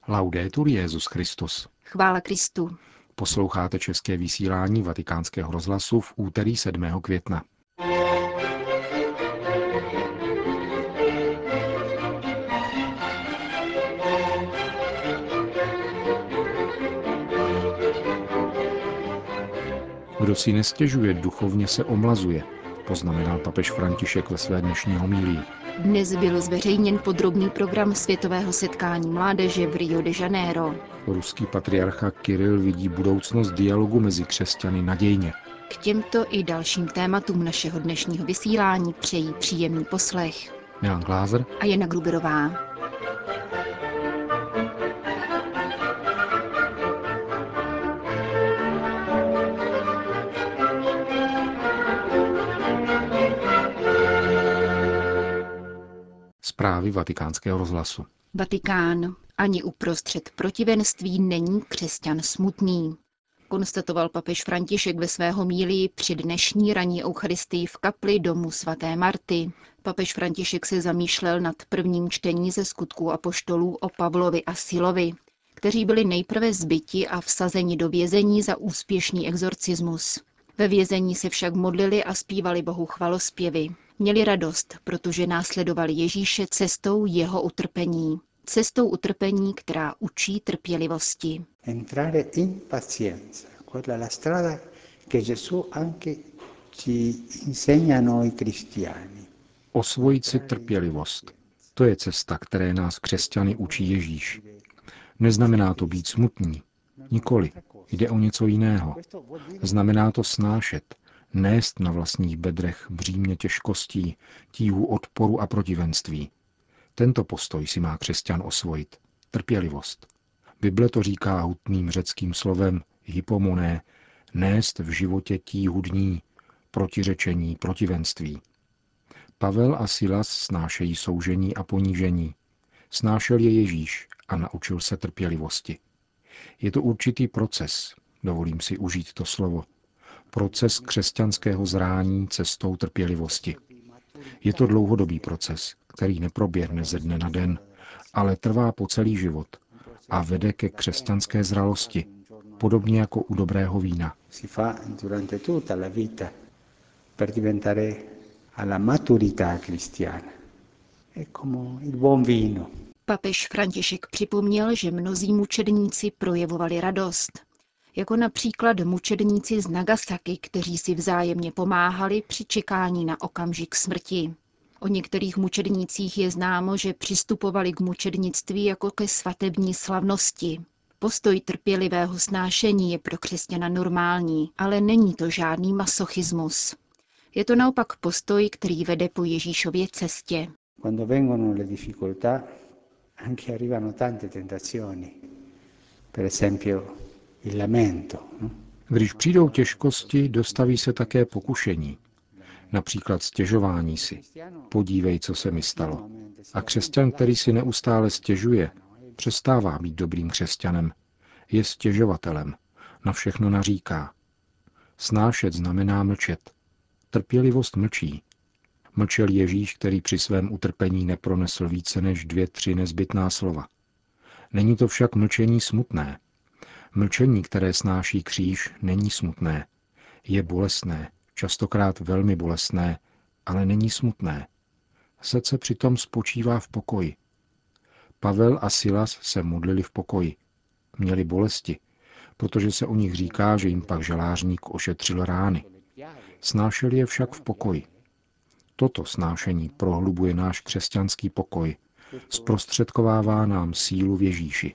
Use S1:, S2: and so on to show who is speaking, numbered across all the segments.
S1: Laudetur Jesus Christus.
S2: Chvála Kristu.
S1: Posloucháte české vysílání Vatikánského rozhlasu v úterý 7. května. Kdo si nestěžuje, duchovně se omlazuje, poznamenal papež František ve své dnešní homílii.
S2: Dnes byl zveřejněn podrobný program Světového setkání mládeže v Rio de Janeiro.
S1: Ruský patriarcha Kiril vidí budoucnost dialogu mezi křesťany nadějně.
S2: K těmto i dalším tématům našeho dnešního vysílání přejí příjemný poslech
S1: Milan Glázer
S2: a Jana Gruberová.
S1: Zprávy Vatikánského rozhlasu.
S2: Vatikán. Ani uprostřed protivenství není křesťan smutný, konstatoval papež František ve své homílii při dnešní ranní eucharistii v kapli domu svaté Marty. Papež František se zamýšlel nad prvním čtení ze Skutků apoštolů o Pavlovi a Silovi, kteří byli nejprve zbyti a vsazeni do vězení za úspěšný exorcismus. Ve vězení se však modlili a zpívali Bohu chvalospěvy. Měli radost, protože následovali Ježíše cestou jeho utrpení. Cestou utrpení, která učí trpělivosti.
S1: Osvojit si trpělivost. To je cesta, které nás křesťany učí Ježíš. Neznamená to být smutní. Nikoli. Jde o něco jiného. Znamená to snášet, nést na vlastních bedrech břímě těžkostí, tíhu odporu a protivenství. Tento postoj si má křesťan osvojit. Trpělivost. Bible to říká hutným řeckým slovem hypomoné, nést v životě tíhu dní, protiřečení, protivenství. Pavel a Silas snášejí soužení a ponížení. Snášel je Ježíš a naučil se trpělivosti. Je to určitý proces, dovolím si užít to slovo, proces křesťanského zrání cestou trpělivosti. Je to dlouhodobý proces, který neproběhne ze dne na den, ale trvá po celý život a vede ke křesťanské zralosti, podobně jako u dobrého vína.
S2: Papež František připomněl, že mnozí mučedníci projevovali radost. Jako například mučedníci z Nagasaki, kteří si vzájemně pomáhali při čekání na okamžik smrti. O některých mučednících je známo, že přistupovali k mučednictví jako ke svatební slavnosti. Postoj trpělivého snášení je pro křesťana normální, ale není to žádný masochismus. Je to naopak postoj, který vede po Ježíšově cestě.
S1: Když přijdou těžkosti, dostaví se také pokušení. Například stěžování si. Podívej, co se mi stalo. A křesťan, který si neustále stěžuje, přestává být dobrým křesťanem. Je stěžovatelem. Na všechno naříká. Snášet znamená mlčet. Trpělivost mlčí. Mlčel Ježíš, který při svém utrpení nepronesl více než 2-3 nezbytná slova. Není to však mlčení smutné. Mlčení, které snáší kříž, není smutné. Je bolestné, častokrát velmi bolestné, ale není smutné. Srdce přitom spočívá v pokoji. Pavel a Silas se modlili v pokoji. Měli bolesti, protože se o nich říká, že jim pak žalářník ošetřil rány. Snášeli je však v pokoji. Toto snášení prohlubuje náš křesťanský pokoj. Zprostředkovává nám sílu v Ježíši.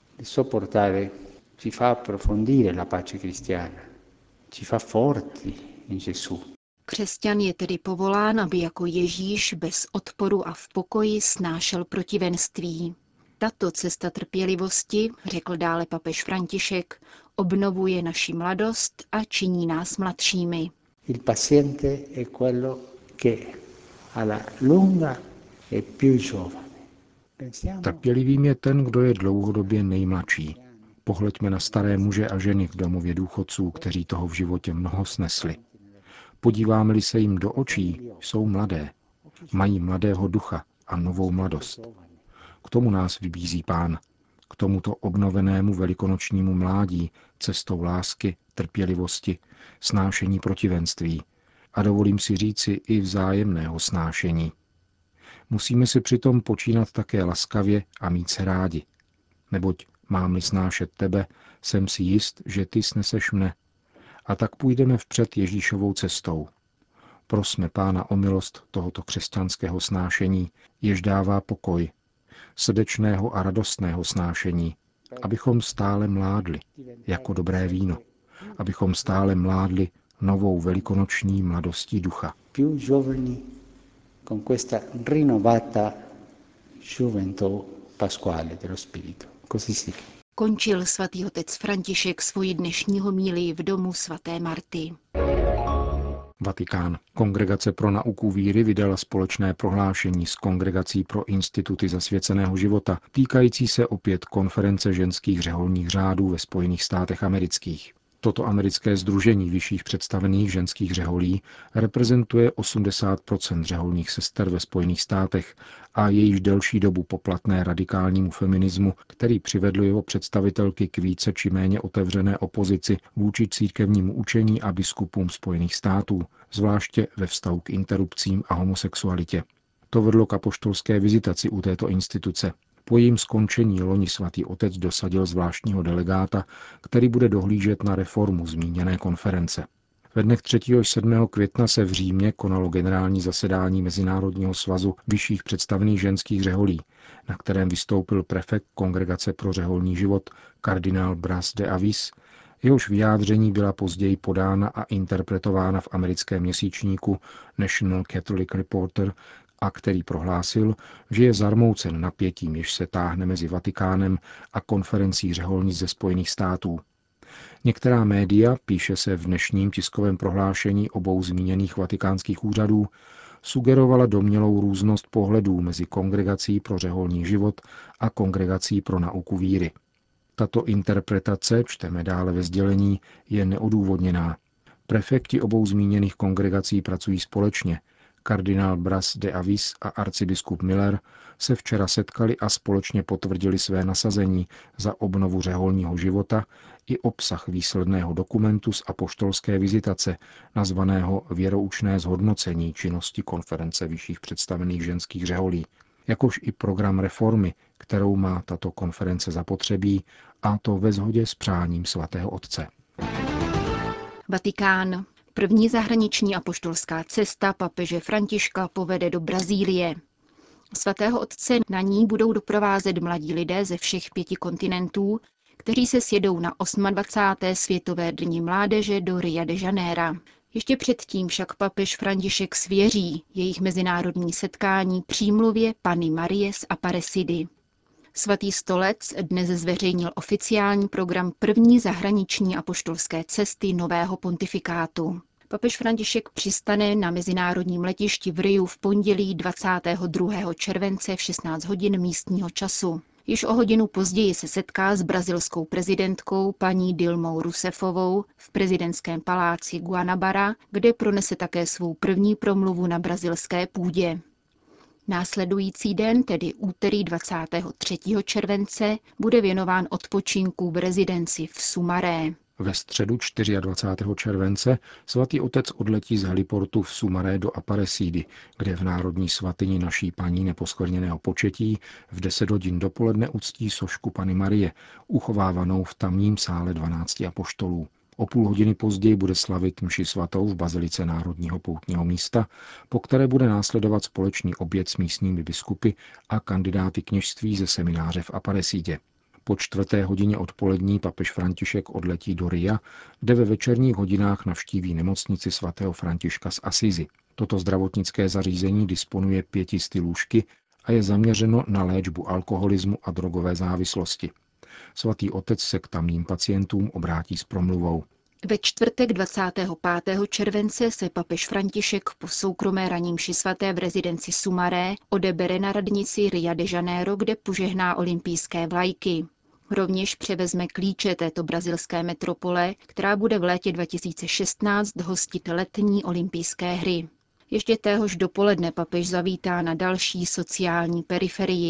S3: Ci fa approfondire la pace cristiana, ci fa forti in Gesù.
S2: Křesťan je tedy povolán, aby jako Ježíš bez odporu a v pokoji snášel protivenství. Tato cesta trpělivosti, řekl dále papež František, obnovuje naši mladost a činí nás mladšími.
S3: Il paziente è quello che alla lunga è più giovane.
S1: Trpělivým je ten, kdo je dlouhodobě nejmladší. Pohleďme na staré muže a ženy v domově důchodců, kteří toho v životě mnoho snesli. Podíváme-li se jim do očí, jsou mladé. Mají mladého ducha a novou mladost. K tomu nás vybízí Pán. k tomuto obnovenému velikonočnímu mládí cestou lásky, trpělivosti, snášení protivenství a dovolím si říci i vzájemného snášení. Musíme si přitom počínat také laskavě a mít se rádi. Neboť mám-li snášet tebe, jsem si jist, že ty sneseš mne. A tak půjdeme vpřed Ježíšovou cestou. Prosme Pána o milost tohoto křesťanského snášení, jež dává pokoj, srdečného a radostného snášení, abychom stále mládli, jako dobré víno, abychom stále mládli novou velikonoční mladostí ducha.
S3: Con questa rinnovata gioventù pasquale dello Spirito. Così sia.
S2: Končil svatý otec František svoji dnešní homílii v domu svaté Marty.
S1: Vatikán. Kongregace pro nauku víry vydala společné prohlášení s Kongregací pro instituty zasvěceného života, týkající se opět konference ženských řeholních řádů ve Spojených státech amerických. Toto americké sdružení vyšších představených ženských řeholí reprezentuje 80% řeholních sester ve Spojených státech a je již delší dobu poplatné radikálnímu feminismu, který přivedl jeho představitelky k více či méně otevřené opozici vůči církevnímu učení a biskupům Spojených států, zvláště ve vztahu k interrupcím a homosexualitě. To vedlo k apoštolské vizitaci u této instituce. Po jejím skončení loni svatý otec dosadil zvláštního delegáta, který bude dohlížet na reformu zmíněné konference. Ve dnech 3. až 7. května se v Římě konalo generální zasedání Mezinárodního svazu vyšších představených ženských řeholí, na kterém vystoupil prefekt Kongregace pro řeholní život kardinál Bras de Avis, jehož vyjádření byla později podána a interpretována v americkém měsíčníku National Catholic Reporter, a který prohlásil, že je zarmoucen napětím, jež se táhne mezi Vatikánem a konferencí řeholnic ze Spojených států. Některá média, píše se v dnešním tiskovém prohlášení obou zmíněných vatikánských úřadů, sugerovala domnělou různost pohledů mezi Kongregací pro řeholní život a Kongregací pro nauku víry. Tato interpretace, čteme dále ve sdělení, je neodůvodněná. Prefekti obou zmíněných kongregací pracují společně. Kardinál Bras de Avis a arcibiskup Miller se včera setkali a společně potvrdili své nasazení za obnovu řeholního života i obsah výsledného dokumentu z apoštolské vizitace, nazvaného Věroučné zhodnocení činnosti konference vyšších představených ženských řeholí, jakož i program reformy, kterou má tato konference zapotřebí, a to ve shodě s přáním svatého otce.
S2: Vatikán. První zahraniční apoštolská cesta papeže Františka povede do Brazílie. Svatého otce na ní budou doprovázet mladí lidé ze všech 5 kontinentů, kteří se sjedou na 28. Světové dni mládeže do Ria de Janeira. Ještě předtím však papež František svěří jejich mezinárodní setkání přímluvě Panny Marie z Aparecidy. Svatý stolec dnes zveřejnil oficiální program první zahraniční apoštolské cesty nového pontifikátu. Papež František přistane na mezinárodním letišti v Riu v pondělí 22. července v 16 hodin místního času. Již o hodinu později se setká s brazilskou prezidentkou paní Dilmou Rousseffovou v prezidentském paláci Guanabara, kde pronese také svou první promluvu na brazilské půdě. Následující den, tedy úterý 23. července, bude věnován odpočinku v rezidenci v Sumaré.
S1: Ve středu 24. července svatý otec odletí z heliportu v Sumaré do Aparecidy, kde v národní svatyni Naší Paní neposkvrněného početí v 10 hodin dopoledne uctí sošku Panny Marie, uchovávanou v tamním sále 12 apoštolů. O půl hodiny později bude slavit mši svatou v bazilice Národního poutního místa, po které bude následovat společný oběd s místními biskupy a kandidáty kněžství ze semináře v Aparecidě. Po 4. hodině odpolední papež František odletí do Ria, kde ve večerních hodinách navštíví nemocnici svatého Františka z Asízy. Toto zdravotnické zařízení disponuje 500 lůžky a je zaměřeno na léčbu alkoholismu a drogové závislosti. Svatý otec se k tamním pacientům obrátí s promluvou.
S2: Ve čtvrtek 25. července se papež František po soukromé ranní mši svaté v rezidenci Sumaré odebere na radnici Ria de Janeiro, kde požehná olympijské vlajky. Rovněž převezme klíče této brazilské metropole, která bude v létě 2016 hostit letní olympijské hry. Ještě téhož dopoledne papež zavítá na další sociální periferii.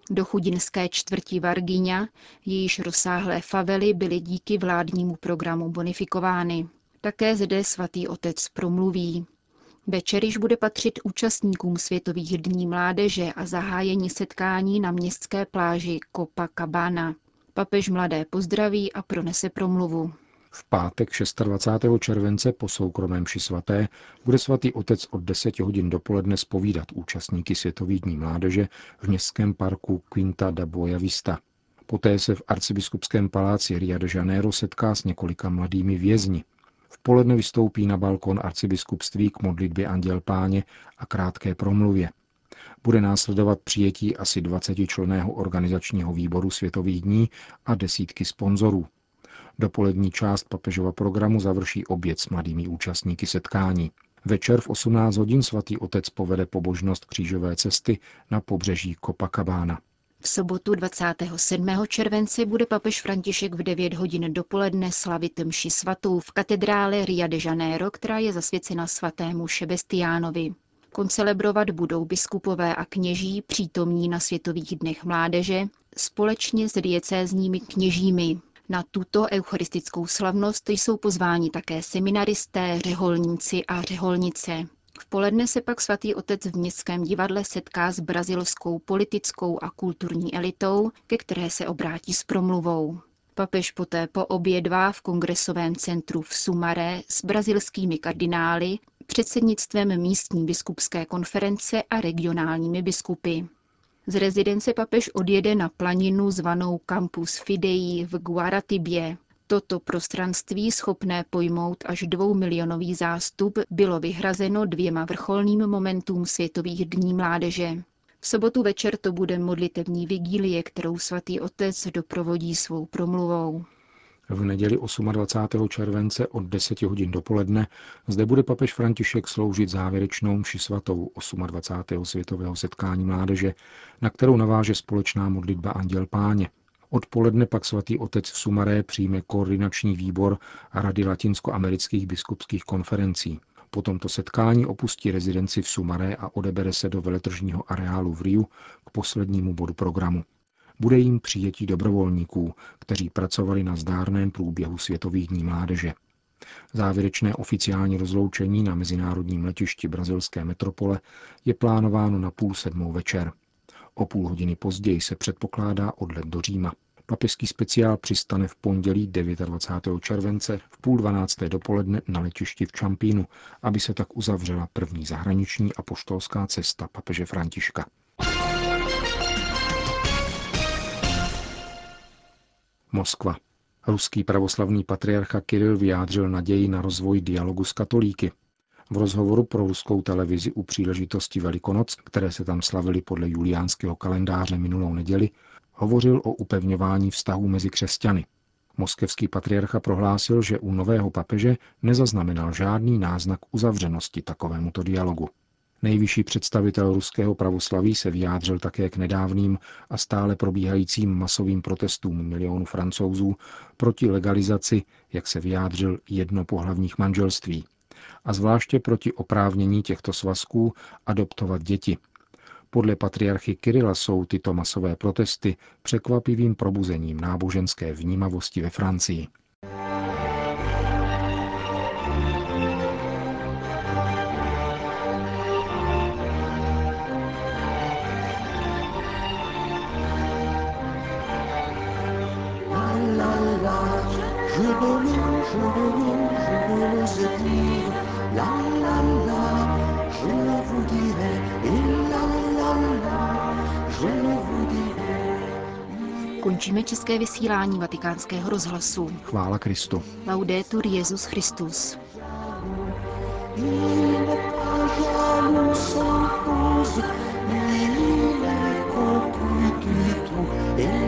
S2: Do chudinské čtvrti Varginha, jejíž rozsáhlé favely byly díky vládnímu programu bonifikovány. Také zde svatý otec promluví. Večer již bude patřit účastníkům Světových dní mládeže a zahájení setkání na městské pláži Copacabana. Papež mladé pozdraví a pronese promluvu.
S1: V pátek 26. července po soukromém mši svaté bude svatý otec od 10 hodin dopoledne zpovídat účastníky Světových dní mládeže v městském parku Quinta da Boa Vista. Poté se v arcibiskupském paláci Rio de Janeiro setká s několika mladými vězni. V poledne vystoupí na balkon arcibiskupství k modlitbě Anděl Páně a krátké promluvě. Bude následovat přijetí asi 20členného organizačního výboru Světových dní a desítky sponzorů. Dopolední část papežova programu završí oběd s mladými účastníky setkání. Večer v 18 hodin svatý otec povede pobožnost křížové cesty na pobřeží Copacabana.
S2: V sobotu 27. července bude papež František v 9 hodin dopoledne slavit mši svatou v katedrále Rio de Janeiro, která je zasvěcena svatému Šebestiánovi. Koncelebrovat budou biskupové a kněží přítomní na Světových dnech mládeže společně s diecézními kněžími. Na tuto eucharistickou slavnost jsou pozváni také seminaristé, řeholníci a řeholnice. V poledne se pak svatý otec v městském divadle setká s brazilskou politickou a kulturní elitou, ke které se obrátí s promluvou. Papež poté poobědvá v kongresovém centru v Sumaré s brazilskými kardinály, předsednictvem místní biskupské konference a regionálními biskupy. Z rezidence papež odjede na planinu zvanou Campus Fidei v Guaratibě. Toto prostranství, schopné pojmout až 2milionový zástup, bylo vyhrazeno 2 vrcholným momentům Světových dní mládeže. V sobotu večer to bude modlitevní vigílie, kterou svatý otec doprovodí svou promluvou.
S1: V neděli 28. července od 10 hodin dopoledne zde bude papež František sloužit závěrečnou mši svatou 28. světového setkání mládeže, na kterou naváže společná modlitba Anděl Páně. Odpoledne pak svatý otec v Sumaré přijme koordinační výbor Rady latinskoamerických biskupských konferencí. Po tomto setkání opustí rezidenci v Sumaré a odebere se do veletržního areálu v Riu k poslednímu bodu programu. Bude jim přijetí dobrovolníků, kteří pracovali na zdárném průběhu Světových dní mládeže. Závěrečné oficiální rozloučení na mezinárodním letišti brazilské metropole je plánováno na 6:30 večer. O půl hodiny později se předpokládá odlet do Říma. Papežský speciál přistane v pondělí 29. července v 11:30 dopoledne na letišti v Čampínu, aby se tak uzavřela první zahraniční apoštolská cesta papeže Františka. Moskva. Ruský pravoslavný patriarcha Kiril vyjádřil naději na rozvoj dialogu s katolíky. V rozhovoru pro ruskou televizi u příležitosti Velikonoc, které se tam slavily podle juliánského kalendáře minulou neděli, hovořil o upevňování vztahů mezi křesťany. Moskevský patriarcha prohlásil, že u nového papeže nezaznamenal žádný náznak uzavřenosti takovémuto dialogu. Nejvyšší představitel ruského pravoslaví se vyjádřil také k nedávným a stále probíhajícím masovým protestům milionů Francouzů proti legalizaci, jak se vyjádřil, jednopohlavních manželství a zvláště proti oprávnění těchto svazků adoptovat děti. Podle patriarchy Kirila jsou tyto masové protesty překvapivým probuzením náboženské vnímavosti ve Francii.
S2: Končíme české vysílání Vatikánského rozhlasu.
S1: Chvála Kristu.
S2: Laudetur Jesus Christus.
S4: E